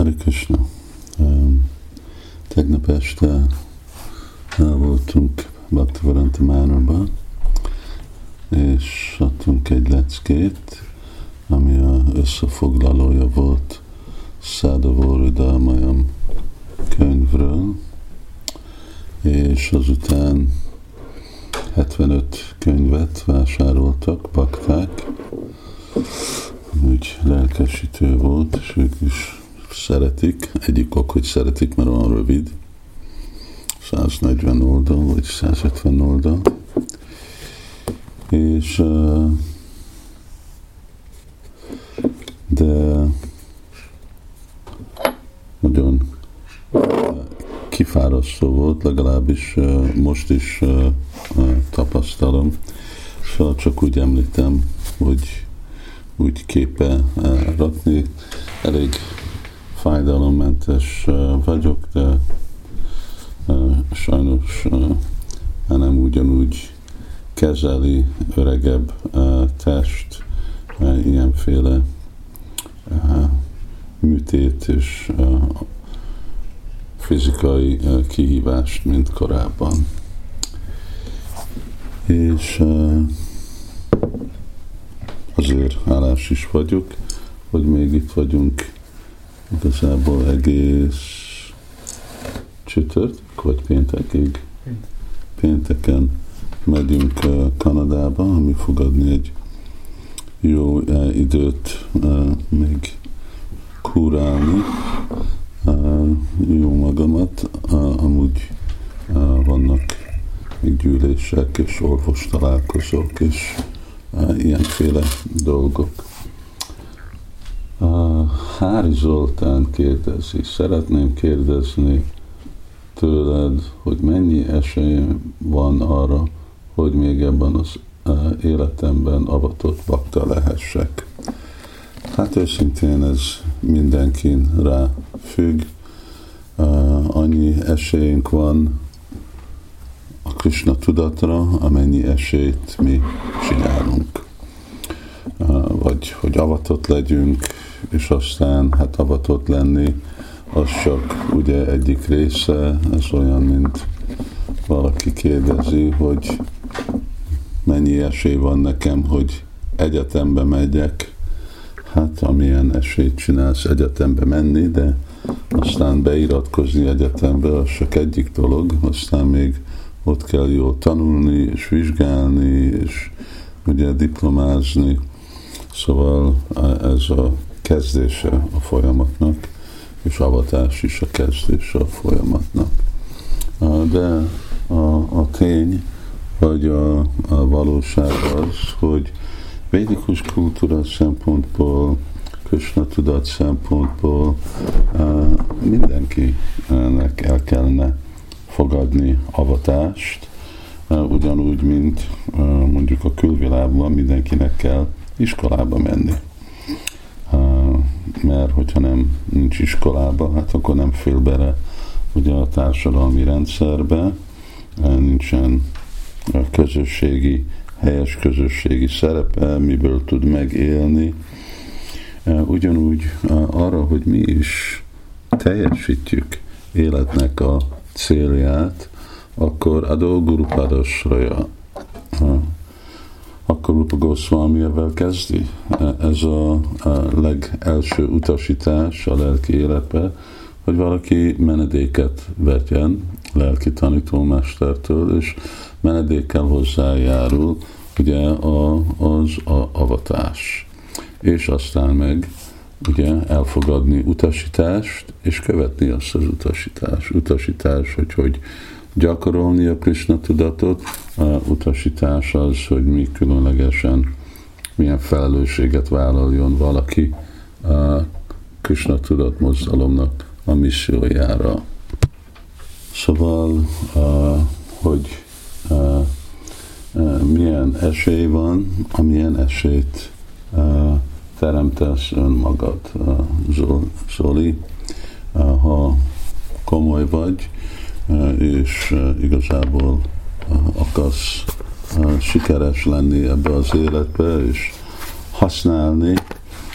Hare Krishna. Tegnap este voltunk Bhaktivedanta Manorban, és adtunk egy leckét, ami a összefoglalója volt Sadhava-Hridayam könyvről, és azután 75 könyvet vásároltak bakták, úgy lelkesítő volt, és ők is szeretik. Egyik ok, hogy szeretik, mert olyan rövid, 140 oldal, vagy 150 oldal, és de nagyon kifárasztó volt, legalábbis most is tapasztalom, szóval csak úgy említem, hogy úgy képe rakni. Elég fájdalommentes vagyok, de sajnos nem ugyanúgy kezeli öregebb test ilyenféle műtét és fizikai kihívást, mint korábban. És azért hálás is vagyok, hogy még itt vagyunk igazából egész csütörtök, vagy péntekig. Pénteken megyünk Kanadába, ami fog adni egy jó időt még kurálni jó magamat. Amúgy vannak még gyűlések és orvostalálkozók és ilyenféle dolgok. Hári Zoltán kérdezi, szeretném kérdezni tőled, hogy mennyi esélyem van arra, hogy még ebben az életemben avatott bakta lehessek. Hát őszintén ez mindenkin rá függ. Annyi esélyünk van a Krishna tudatra, amennyi esélyt mi csinálunk. Vagy hogy avatott legyünk, és aztán hát avatott lenni, az csak ugye egyik része, ez olyan, mint valaki kérdezi, hogy mennyi esély van nekem, hogy egyetembe megyek. Hát amilyen esélyt csinálsz egyetembe menni, de aztán beiratkozni egyetembe, az csak egyik dolog, aztán még ott kell jól tanulni, és vizsgálni, és ugye diplomázni. Szóval ez a kezdése a folyamatnak, és avatás is a kezdése a folyamatnak. De a tény, vagy a valóság az, hogy védikus kultúra szempontból, Krishna tudat szempontból mindenkinek el kellene fogadni avatást, ugyanúgy, mint mondjuk a külvilágban mindenkinek kell iskolába menni. Mert hogyha nincs iskolába, hát akkor nem fél bele ugye a társadalmi rendszerbe, nincsen helyes közösségi szerepe, miből tud megélni. Ugyanúgy arra, hogy mi is teljesítjük életnek a célját, akkor Adó Guru Padasraja, akkor Rupa Goswami-vel kezdi. Ez a legelső utasítás a lelki életbe, hogy valaki menedéket vegyen lelki tanítómestertől, és menedékkel hozzájárul ugye az avatás. És aztán meg ugye elfogadni utasítást, és követni azt az utasítás, hogy gyakorolni a Krishna tudatot, utasítás az, hogy mi különlegesen milyen felelősséget vállaljon valaki a Krishna tudat mozdalomnak a missziójára. Szóval, hogy milyen esély van, amilyen esélyt teremtesz önmagad, Zoli, ha komoly vagy, és igazából akarsz sikeres lenni ebbe az életbe, és használni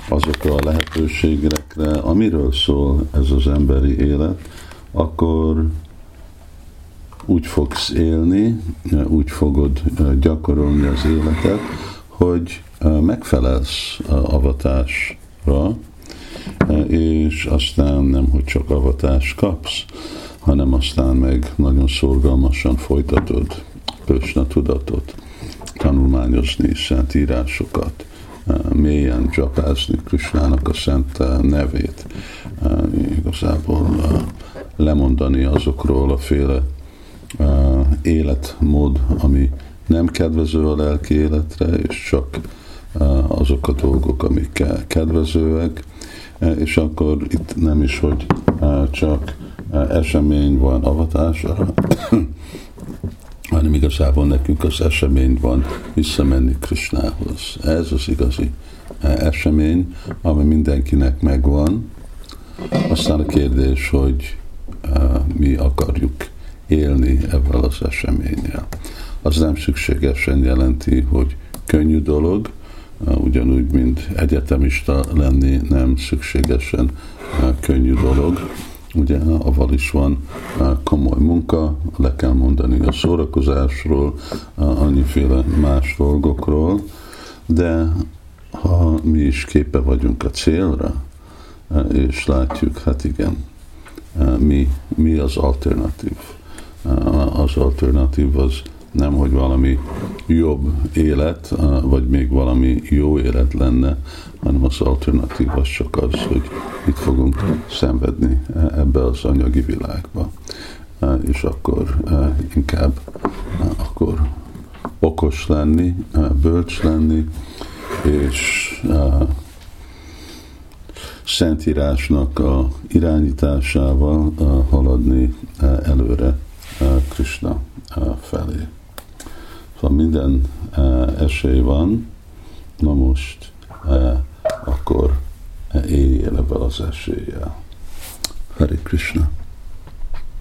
azokra a lehetőségekre, amiről szól ez az emberi élet, akkor úgy fogsz élni, úgy fogod gyakorolni az életet, hogy megfelelsz avatásra, és aztán nem, hogy csak avatást kapsz, hanem aztán meg nagyon szorgalmasan folytatod Krishna tudatot, tanulmányozni szent írásokat, mélyen dzsapázni Krishnának a szent nevét, igazából lemondani azokról a féle életmód, ami nem kedvező a lelki életre, és csak azok a dolgok, amik kedvezőek, és akkor itt nem is, hogy csak esemény van avatásra, hanem igazából nekünk az esemény van visszamenni Krishnához. Ez az igazi esemény, ami mindenkinek megvan. Aztán a kérdés, hogy mi akarjuk élni ebben az eseménnyel. Az nem szükségesen jelenti, hogy könnyű dolog, ugyanúgy, mint egyetemista lenni nem szükségesen könnyű dolog. Ugye, avval is van komoly munka, le kell mondani a szórakozásról, annyiféle más dolgokról, de ha mi is képe vagyunk a célra, és látjuk, hát igen, mi az alternatív. Az alternatív az nem, hogy valami jobb élet, vagy még valami jó élet lenne, hanem az alternatív az csak az, hogy itt fogunk szenvedni ebbe az anyagi világba. És akkor inkább akkor okos lenni, bölcs lenni, és Szentírásnak a irányításával haladni előre Krishna felé. Szóval minden esély van, na most akkor éljél ebben az eséllyel. Hare Krishna!